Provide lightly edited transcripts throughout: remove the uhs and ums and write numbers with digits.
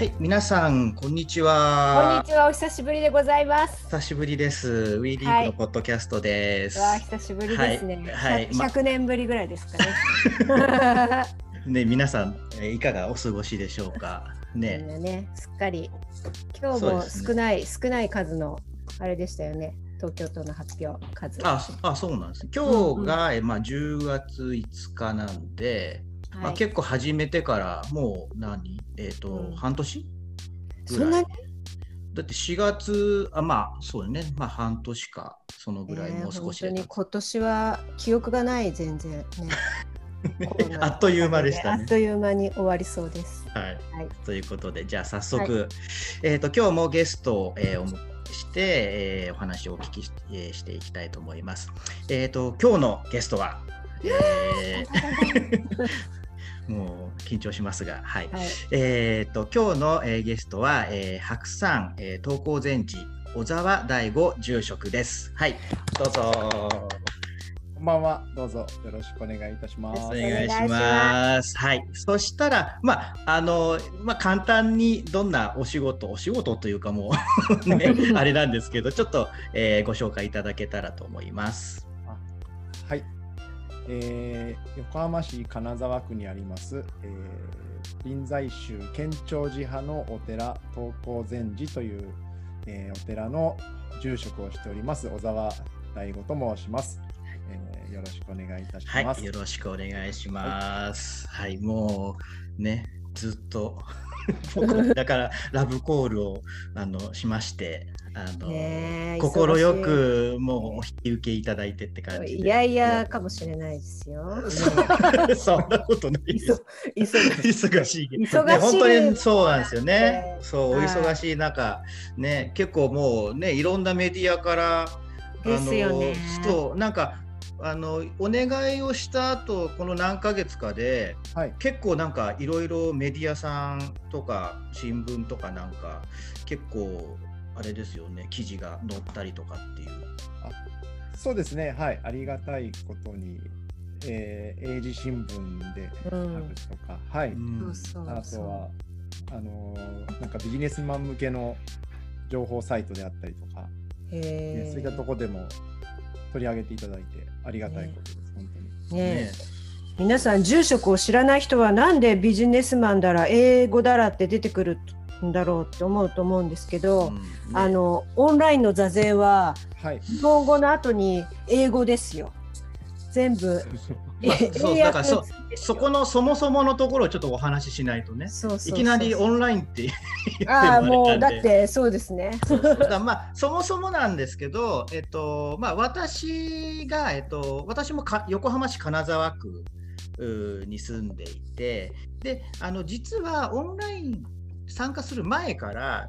はい、皆さん、こんにちこんには。 ちは、お久しぶりでございます。 久しぶりです。ウィーリンクのはい。 ポッドキャストでわあ、 す。 久しぶりはい、 ですね。 はい、 100年ぶりぐらいですかね。 ね、皆さん、いかがお過ごしでしょうか。 みんね、 なね、すっかり、今日もそうですね。 少ない数の、あれでしたよね。東京都の発表数。 そうなんです。 うんうん。 今日が、10月5日なんで、 はい。 結構始めてからもううん、 半年ぐそんなに。 らい。だって4月、そうね、半年か、そのぐらいもう少本しで経つ。 当に今年は記憶がない、全然ね。コロナのおあっという間かげで、 でしたね。 あっという間に終わりそうです。 はい。 はい。 ということで、じゃあ早はい。 速、今日もゲストを、お迎えして、お話をお聞きしていきたいと思います。今日のゲストは、 だんだんだんだん。 もう緊張しますが、はい。 はい。 今日の、ゲストは、白山、東高禅寺小沢大吾住職です。はい、どうぞ。 こんばんは。どうぞよろしくお願いいたします。 およろしくお願いし願いします。 ます。はい。そしたら、簡単にどんなお仕事というかもうね、あれなんですけど、ちょっと、ご紹介いただけたらと思います。 はい、横浜市金沢区にあります、臨済宗建長寺派のお寺、東高禅寺という、お寺の住職をしております小沢大吾と申します。よろしくお願いいたします。 はい、よろしくお願いします。はい、もうね、ずっとだからラブコールをしまして、心よくもうお引き受けいただいてって感じで。 いやいやかもしれないですよ。 そんなことないです。忙しい。 忙しい。 本当にそうなんですよね。そう、お忙しい中、ね、結構もうね、いろんなメディアから、 ですよね。 そう、なんか、お願いをした後この何ヶ月かで、 はい、 結構なんかいろいろメディアさんとか新聞とかなんか結構あれですよね、記事が載ったりとかっていう。 そうですね、はい、ありがたいことに、英字新聞であるとか、はい、あとはなんかビジネスマン向けの情報サイトであったりとか、そういったところでも取り上げていただいてありがたいことです、本当に。 皆さん住職を知らない人はなんでビジネスマンだら英語だらって出てくるんだろうって思うと思うんですけど、オンラインの座禅は日本語の後に英語ですよ。全部そうだからそこのそもそものところをちょっとお話ししないとね。いきなりオンラインってもうだってそうですね。 そもそもなんですけど、私も横浜市金沢区に住んでいて、で実はオンライン参加する前から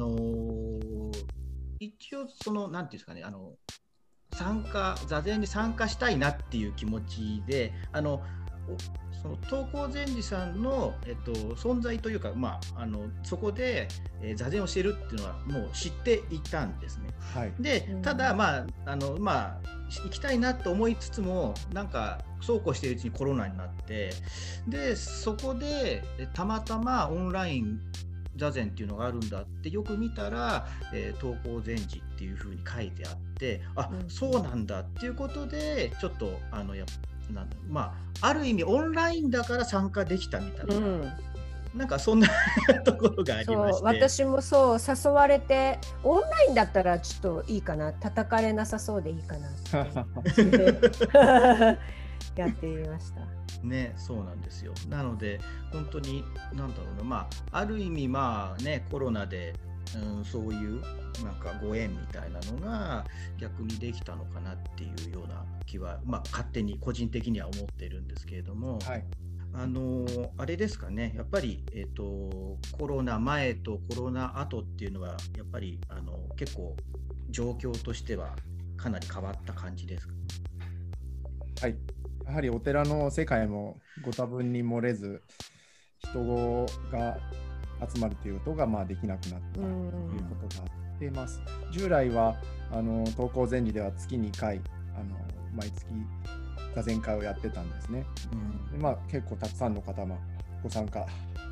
一応なんていうんですかね、座禅に参加したいなっていう気持ちで、その東高禅師さんの、存在というか、そこで、座禅をしているっていうのはもう知っていたんですね。はい、でただ、行きたいなと思いつつもなんかそうこうしているうちにコロナになって、でそこでたまたまオンライン座禅っていうのがあるんだってよく見たら、東高禅師っていう風に書いてあって、そうなんだっていうことでちょっとある意味オンラインだから参加できたみたいな、なんかそんなところがありまして、 私もそう誘われて、オンラインだったらちょっといいかな、叩かれなさそうでいいかなってやってみました。 ね、そうなんですよ。なので本当になんだろうな、ある意味コロナで、そういうなんかご縁みたいなのが逆にできたのかなっていうような気は、勝手に個人的には思ってるんですけれども、はい、あれですかね、やっぱり、コロナ前とコロナ後っていうのはやっぱり結構状況としてはかなり変わった感じですか？ はい、やはりお寺の世界もご多分に漏れず人が集まるということができなくなったということがあってます。従来は東高禅寺では月に2回毎月座禅会をやってたんですね。結構たくさんの方もご参加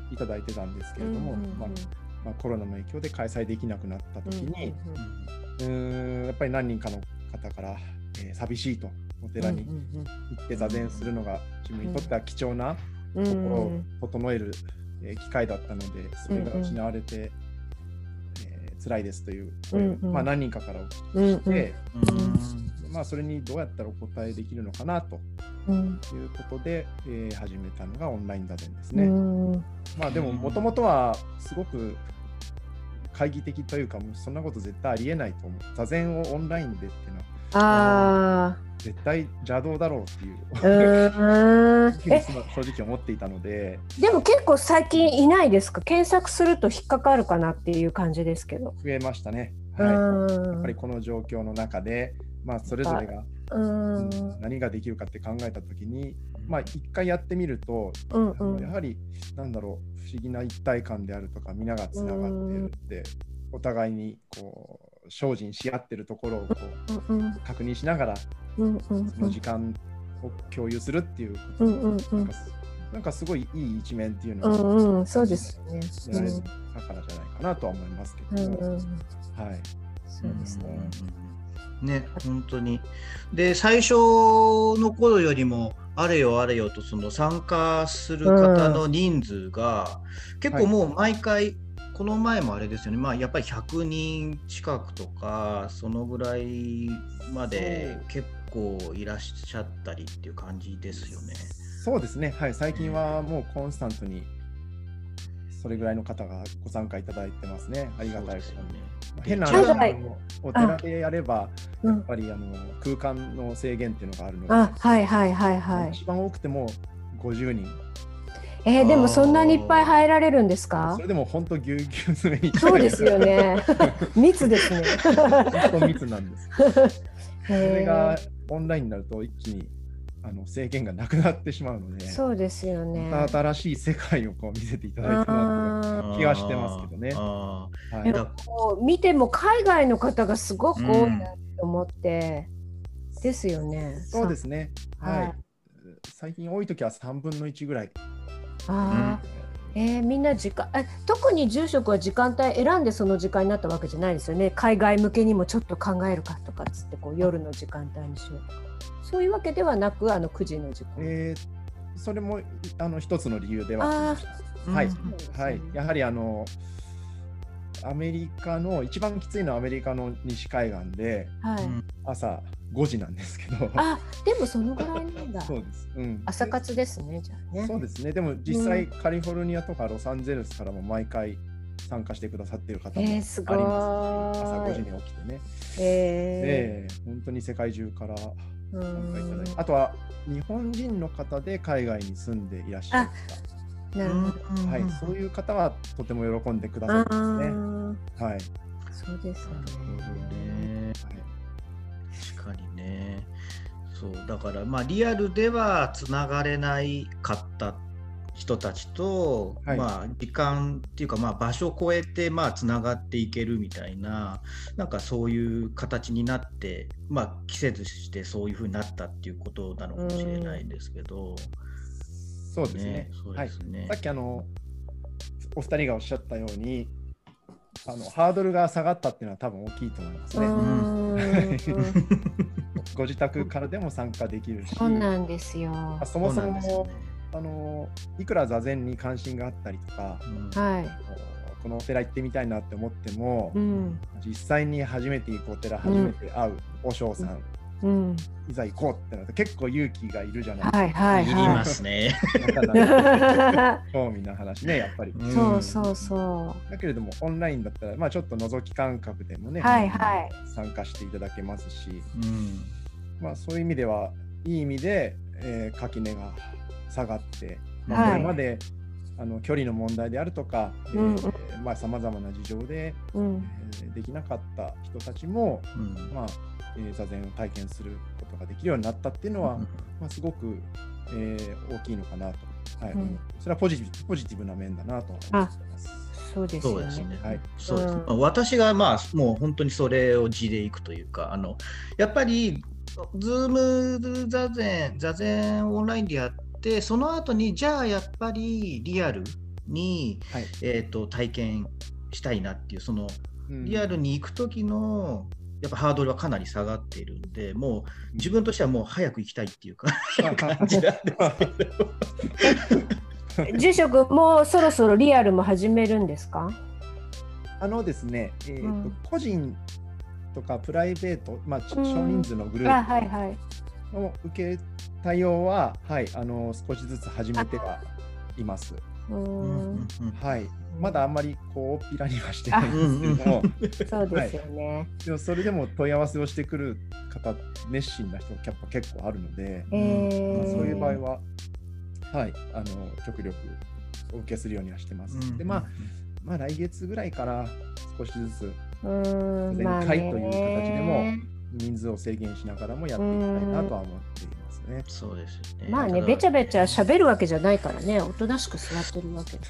いただいてたんですけれども、コロナの影響で開催できなくなった時に、やっぱり何人かの方から、寂しいと、お寺に行って座禅するのが自分にとっては貴重な心を整える機会だったので、それが失われて、辛いですという声を、何人かからお聞きして、それにどうやったらお答えできるのかなということで、始めたのがオンライン座禅ですね。でももともとはすごく懐疑的というか、もうそんなこと絶対ありえないと思う。座禅をオンラインでっていうのは絶対邪道だろうっていう正直思っていたので。 でも結構最近いないですか？検索すると引っかかるかなっていう感じですけど。 増えましたね。やっぱりこの状況の中で、それぞれが何ができるかって考えたときに、一回やってみると、やはり不思議な一体感であるとか、皆がつながっているって、お互いに精進し合ってるところを確認しながら、その時間を共有するっていうことで、なんかすごいいい一面っていうのをそうですね。 やられたからじゃないかなとは思いますけども、そうですね。本当に。で、最初の頃よりもあれよあれよとその参加する方の人数が結構もう毎回、この前もあれですよね、やっぱり100人近くとかそのぐらいまで結構いらっしゃったりっていう感じですよね。 そうですね、最近はもうコンスタントにそれぐらいの方がご参加いただいてますね。ありがたいことに。変な話、お寺でやればやっぱり空間の制限っていうのがあるので、一番多くても50人。 でもそんなにいっぱい入られるんですか？ それでも本当ぎゅうぎゅう詰めに。 そうですよね。密ですね。 本当密なんです。それがオンラインになると一気に制限がなくなってしまうので、 そうですよね。 新しい世界を見せていただいたなという気がしてますけどね。 見ても海外の方がすごく多いなと思って、ですよね。 そうですね。最近多い時は3分の1ぐらい。 みんな特に住職は時間帯選んでその時間になったわけじゃないですよね。海外向けにもちょっと考えるかとかっつって夜の時間帯にしようとか、そういうわけではなく9時の時間。 それも一つの理由ではありました。やはりアメリカの一番きついのはアメリカの西海岸で、朝5時なんですけど。 でもそのぐらいなんだ。 そうです。 朝活ですね、じゃあね。 そうですね。でも実際、カリフォルニアとかロサンゼルスからも毎回参加してくださっている方もありますし、朝5時に起きてね。本当に世界中から参加いただいて、あとは日本人の方で海外に住んでいらっしゃる方。そういう方はとても喜んでくださってますね。 そうですね。 確かにね。そうだからリアルではつながれないかった人たちと、時間っていうか場所を超えてつながっていけるみたいな、なんかそういう形になって季節してそういう風になったっていうことなのかもしれないですけど。 そうですね。さっきお二人がおっしゃったようにハードルが下がったっていうのは多分大きいと思いますね。ご自宅からでも参加できるし、 そうなんですよ。 そもそもいくら座禅に関心があったりとか、このお寺行ってみたいなって思っても、実際に初めて行くお寺、初めて会う和尚さん、いざ行こうってなると結構勇気がいるじゃないですか。 いりますね。 興味の話ね、やっぱり。だけれどもオンラインだったらちょっと覗き感覚でもね、参加していただけますし、そういう意味ではいい意味で垣根が下がって、これまで距離の問題であるとか、さまざまな事情でできなかった人たちも座禅を体験することができるようになったっていうのは、すごく大きいのかなと、それはポジティブな面だなと思ってます。 そうですよね。 私がもう本当にそれを地でいくというか、やっぱりZoom 座禅オンラインでやって、その後にじゃあやっぱりリアルに、体験したいなっていう、そのリアルに行く時のやっぱハードルはかなり下がっているんで、もう自分としてはもう早く行きたいっていう感じなんですけど。 住職もうそろそろリアルも始めるんですか？ ですね、個人とかプライベート、少人数のグループの受け対応は、少しずつ始めてはいます。まだあんまり大っぴらにはしてないんですけども、 そうですよね。 でもそれでも問い合わせをしてくる方、熱心な人が結構あるので、そういう場合は、極力お受けするようにはしてます。で、来月ぐらいから少しずつ全開という形でも人数を制限しながらもやっていきたいなとは思っていますね。 そうですね。 べちゃべちゃ喋るわけじゃないからね、おとなしく座ってるわけです。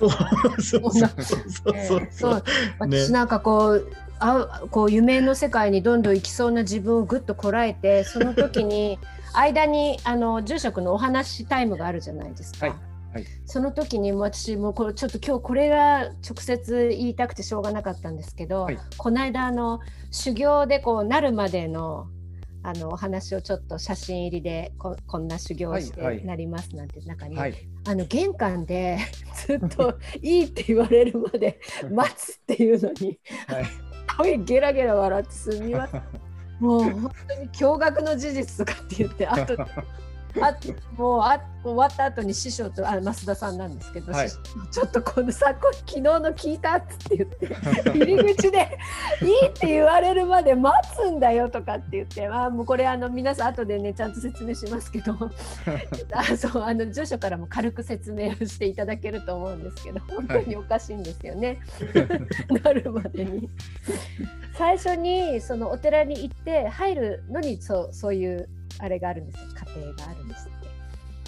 私なんかこう夢の世界にどんどん行きそうな自分をぐっとこらえて、その時に間に住職のお話タイムがあるじゃないですか。その時に私もちょっと今日これが直接言いたくてしょうがなかったんですけど、この間修行でなるまでのお話をちょっと写真入りでこんな修行をしてなりますなんて中に、玄関でずっといいって言われるまで待つっていうのに、ゲラゲラ笑ってすみません。もう本当に驚愕の事実とかって言ってもう終わった後に師匠と増田さんなんですけど、ちょっと昨日の聞いたって言って入り口でいいって言われるまで待つんだよとかって言って、もうこれ皆さん後でねちゃんと説明しますけど住所からも軽く説明をしていただけると思うんですけど、本当におかしいんですよね、なるまでに。最初にそのお寺に行って入るのにそういうあれがあるんですよ、過程があるんですって。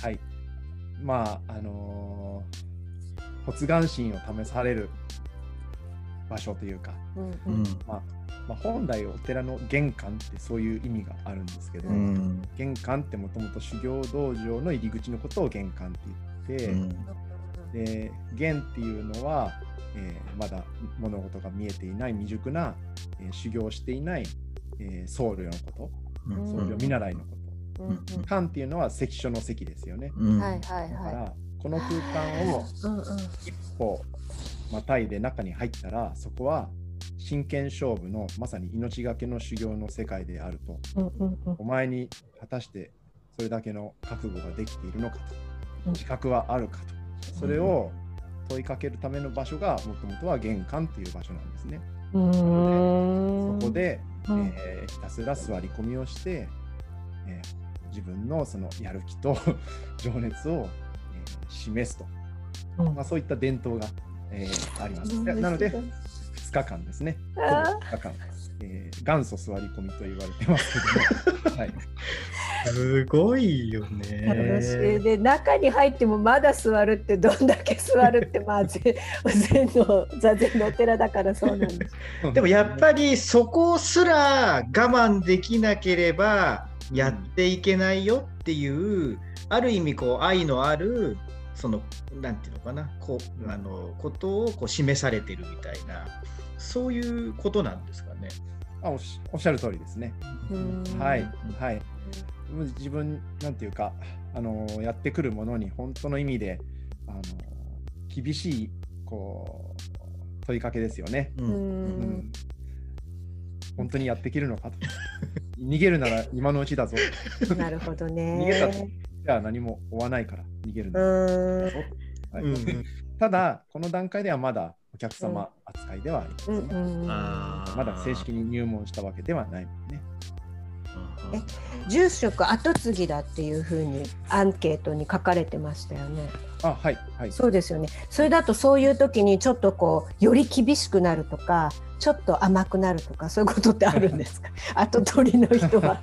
発願心を試される場所というか、本来お寺の玄関ってそういう意味があるんですけど、玄関ってもともと修行道場の入り口のことを玄関って言って、で玄っていうのは、まだ物事が見えていない未熟な、修行していない、僧侶のこと、僧侶見習いのこと、観っていうのは関所の関ですよね。だからこの空間を一歩またいで中に入ったら、そこは真剣勝負のまさに命がけの修行の世界であると、お前に果たしてそれだけの覚悟ができているのかと、自覚はあるかと、それを問いかけるための場所がもともとは玄関っていう場所なんですね。そこで、ひたすら座り込みをして、自分のそのやる気と情熱を、示すと、そういった伝統が、あります。なので2日間ですね。2日間、元祖座り込みと言われてますけども、 すごいよね。 で中に入ってもまだ座るって、どんだけ座るって、座禅のお寺だからそうなんです。 でもやっぱりそこすら我慢できなければやっていけないよっていう、ある意味愛のあるそのなんていうのかな、ことを示されてるみたいな、そういうことなんですかね。 おっしゃる通りですね。自分なんていうかやってくるものに本当の意味で厳しい問いかけですよね。本当にやっていけるのかと。逃げるなら今のうちだぞ。 なるほどね。 逃げたとじゃあ何も追わないから逃げるんだ。ただこの段階ではまだお客様扱いではありますね。まだ正式に入門したわけではないもんね。 住職後継ぎだっていうふうにアンケートに書かれてましたよね。そうですよね。それだとそういう時にちょっとより厳しくなるとか、ちょっと甘くなるとか、そういうことってあるんですか？後取りの人は。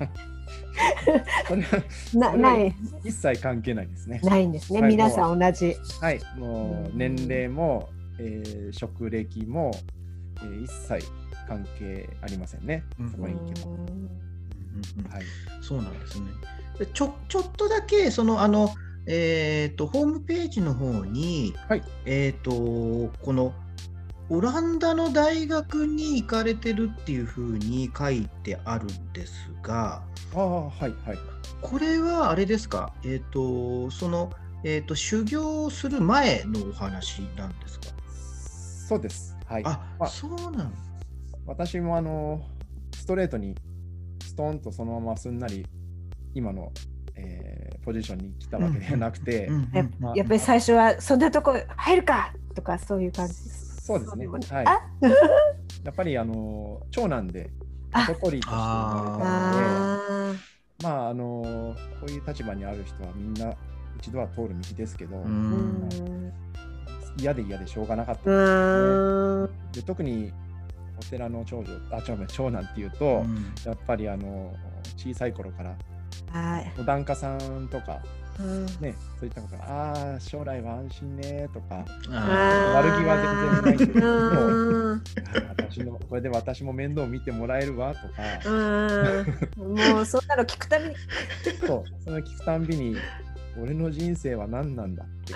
ない。 一切関係ないですね。 ないんですね。皆さん同じ。 もう年齢も、職歴も、一切関係ありませんね。そこに行けば。 そうなんですね。ちょっとだけホームページの方に、はい、このオランダの大学に行かれてるっていうふうに書いてあるんですが、 はいはい。 これはあれですか、その、修行する前のお話なんですか？ そうです。はい。 そうなん私もストレートにストーンとそのまますんなり今の、ポジションに来たわけではなくて、 やっぱり最初はそんなとこ入るかとかそういう感じです。 そうですね。はい。やっぱり長男で跡取りとして生まれたので、こういう立場にある人はみんな一度は通る道ですけど、嫌でしょうがなかったですね。で特にお寺の長男っていうと、やっぱり小さい頃からお檀家さんとか、ね、そういったことが将来は安心ねとか悪気は全然ないけどもこれで私も面倒見てもらえるわとかもうそんなの聞くたびにそれ聞くたびに俺の人生は何なんだって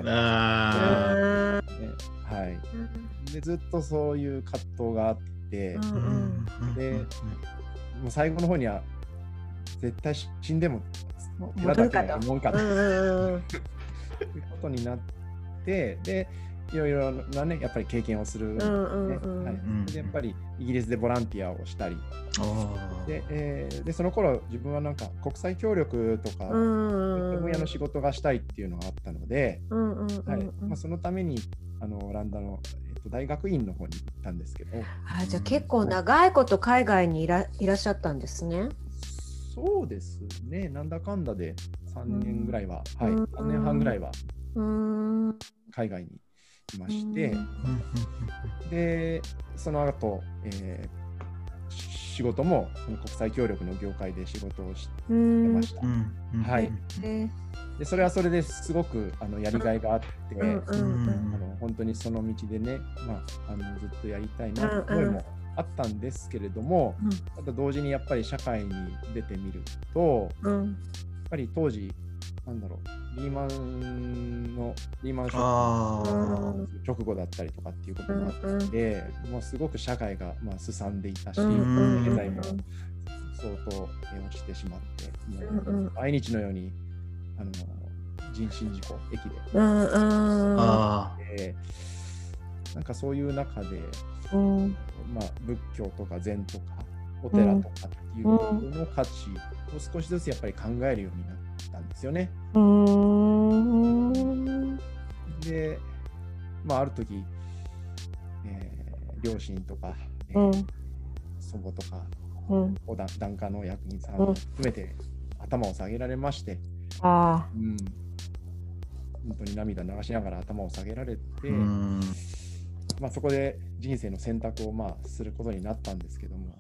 でずっとそういう葛藤があって、でもう最後の方には絶対死んでも寺だけはもんかということになって、でいろいろなねやっぱり経験をする、でやっぱりイギリスでボランティアをしたりでその頃自分はなんか国際協力とか分野の仕事がしたいっていうのがあったので、そのためにオランダの大学院の方に行ったんですけど。 じゃあ結構長いこと海外にいらっしゃったんですね。 そうですね、なんだかんだで3年ぐらいは、3年半ぐらいは海外にいまして、でその後、仕事もその国際協力の業界で仕事をしてました。でそれはそれですごくやりがいがあって、本当にその道でね、ずっとやりたいなと思いもあったんですけれども、ただ同時にやっぱり社会に出てみると、やっぱり当時リーマンショックの直後だったりとかっていうことがあって、もうすごく社会がすさんでいたし、経済も相当落ちてしまって、もう毎日のように人身事故駅で、なんかそういう中で、仏教とか禅とかお寺とかっていうの価値を少しずつやっぱり考えるようになったんですよね。で、ある時、両親とか、祖母とか、檀家の役人さんを含めて頭を下げられまして、本当に涙流しながら頭を下げられて、そこで人生の選択をすることになったんですけども、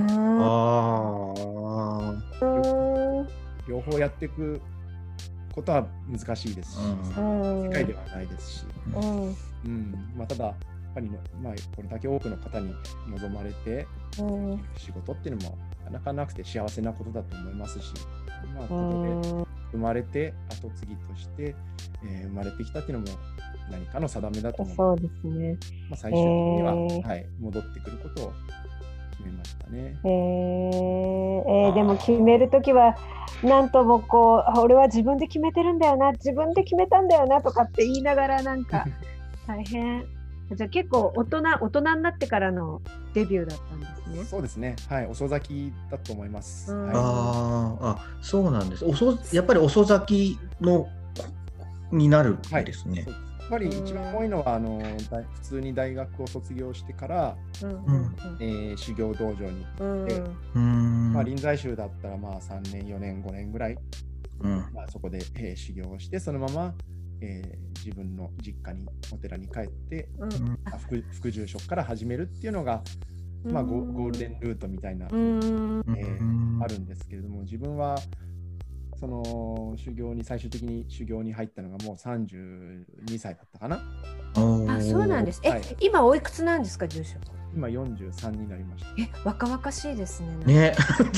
両方やっていくことは難しいですし、世界ではないですし、ただやっぱりこれだけ多くの方に望まれて仕事っていうのもなかなかなくて幸せなことだと思いますし、ここで生まれて後継ぎとして、生まれてきたっていうのも何かの定めだと思う。 そうですね。 最終的には、戻ってくることを決めましたね。 でも決めるときはなんとも俺は自分で決めてるんだよな、自分で決めたんだよなとかって言いながらなんか大変。じゃあ結構大人になってからのデビューだったんですね。 そうですね。遅咲きだと思います。 そうなんです。やっぱり遅咲きになるんですね。 やっぱり一番多いのは普通に大学を卒業してから、修行道場に行って、臨済宗だったら3年4年5年ぐらい、そこで、修行をしてそのまま、自分の実家にお寺に帰って、副住職から始めるっていうのが、ゴールデンルートみたいな、あるんですけれども、自分はその最終的に修行に入ったのがもう32歳だったかな。 そうなんです。今おいくつなんですか、住職？ 今43になりました。 若々しいですね。 ね。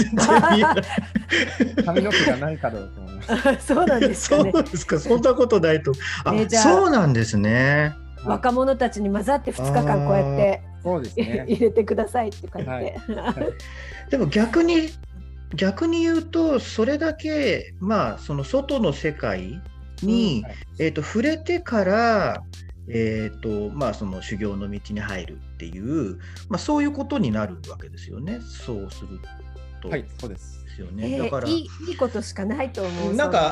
髪の毛がないからだと思います。 そうなんですかね。 そうですか。そんなことないと。そうなんですね。 若者たちに混ざって2日間こうやってそうですね。 入れてくださいって書いて。 でも逆に言うと、それだけその外の世界に、触れてから。その修行の道に入るっていう、そういうことになるわけですよね。そうすると。 はい、そうですよね。だからいいことしかないと思う。 なんか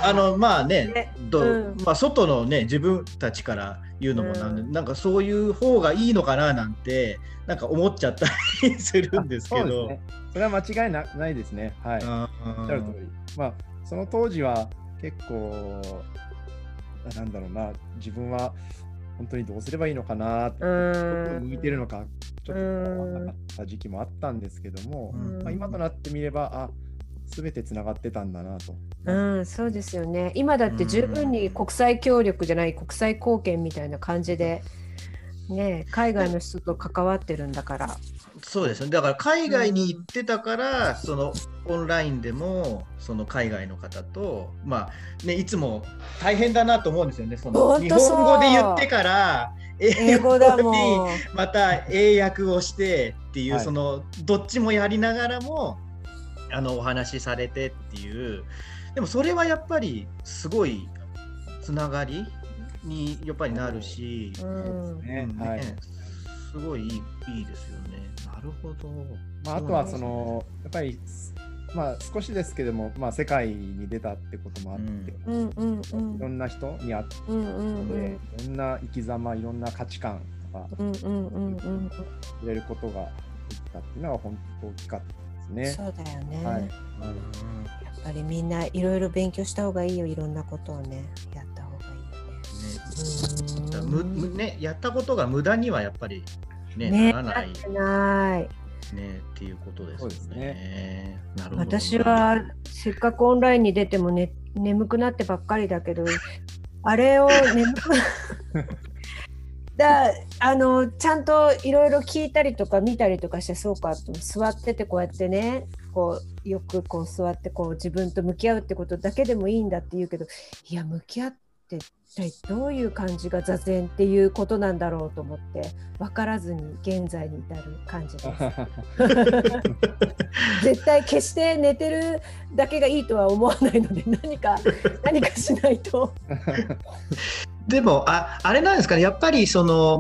外のね自分たちから言うのもなんかそういう方がいいのかななんてなんか思っちゃったりするんですけど。 それは間違いないですね。はい。おっしゃる通り。その当時は結構なんだろうな、自分は本当にどうすればいいのかなって向いてるのかちょっと分からなかった時期もあったんですけども、今となってみれば全てつながってたんだなと。 そうですよね。今だって十分に国際協力じゃない国際貢献みたいな感じで、ね、海外の人と関わってるんだから。 そうですね。だから海外に行ってたから、そのオンラインでもその海外の方といつも大変だなと思うんですよね。その日本語で言ってから英語にまた英訳をしてっていう、そのどっちもやりながらもお話しされてっていう。でもそれはやっぱりすごいつながりにやっぱりなるし、すごいいいですよね。なるほど。 あとはそのやっぱり少しですけども、世界に出たってこともあって、いろんな人に会って、いろんな生き様、いろんな価値観とか触れることができたっていうのは本当大きかったですね。 そうだよね。やっぱりみんないろいろ勉強した方がいいよ。いろんなことをねやった方がいいよね。やったことが無駄にはやっぱりならない。っていうことですね。なるほど。 私はせっかくオンラインに出ても眠くなってばっかりだけど、あれを眠くちゃんといろいろ聞いたりとか見たりとかして、そうかと座っててこうやってね、よく座って自分と向き合うってことだけでもいいんだって言うけど、いや向き合って一体どういう感じが座禅っていうことなんだろうと思って分からずに現在に至る感じです絶対決して寝てるだけがいいとは思わないので何かしないとでもあれなんですかね、やっぱりその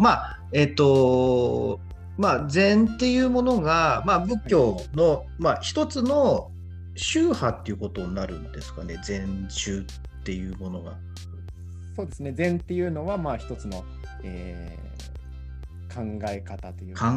禅っていうものが、仏教の、一つの宗派っていうことになるんですかね。禅宗っていうものが。 そうですね。禅っていうのは一つの、考え方というか、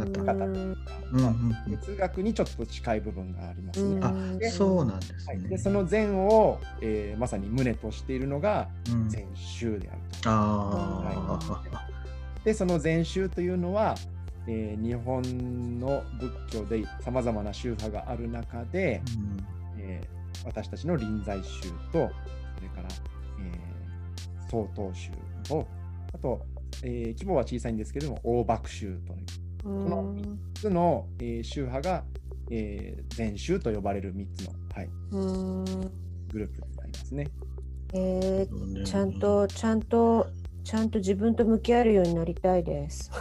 哲学にちょっと近い部分がありますね。 そうなんですね。 でその禅を、まさに旨としているのが禅宗であると。でその禅宗というのは、日本の仏教でさまざまな宗派がある中で、私たちの臨済宗とそれから曹洞宗とあと、規模は小さいんですけれども大幕宗というこの3つの、宗派が、禅宗と呼ばれる3つの、グループになりますね。 ちゃんと自分と向き合えるようになりたいです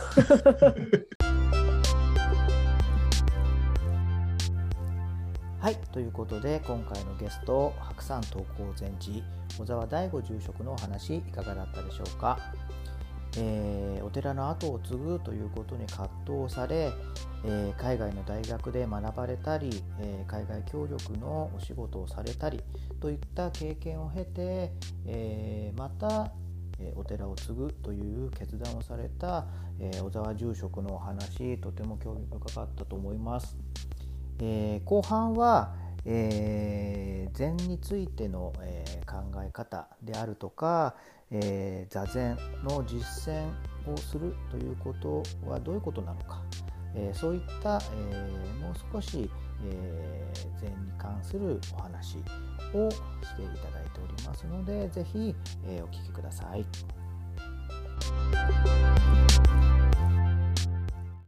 はい、ということで今回のゲスト白山東光禅寺小沢大吾住職のお話いかがだったでしょうか。お寺の後を継ぐということに葛藤され、海外の大学で学ばれたり、海外協力のお仕事をされたりといった経験を経て、またお寺を継ぐという決断をされた、小沢住職のお話、とても興味深かったと思います。後半は、禅についての、考え方であるとか、座禅の実践をするということはどういうことなのか、そういった、もう少し、禅に関するお話をしていただいておりますので、ぜひ、お聞きください。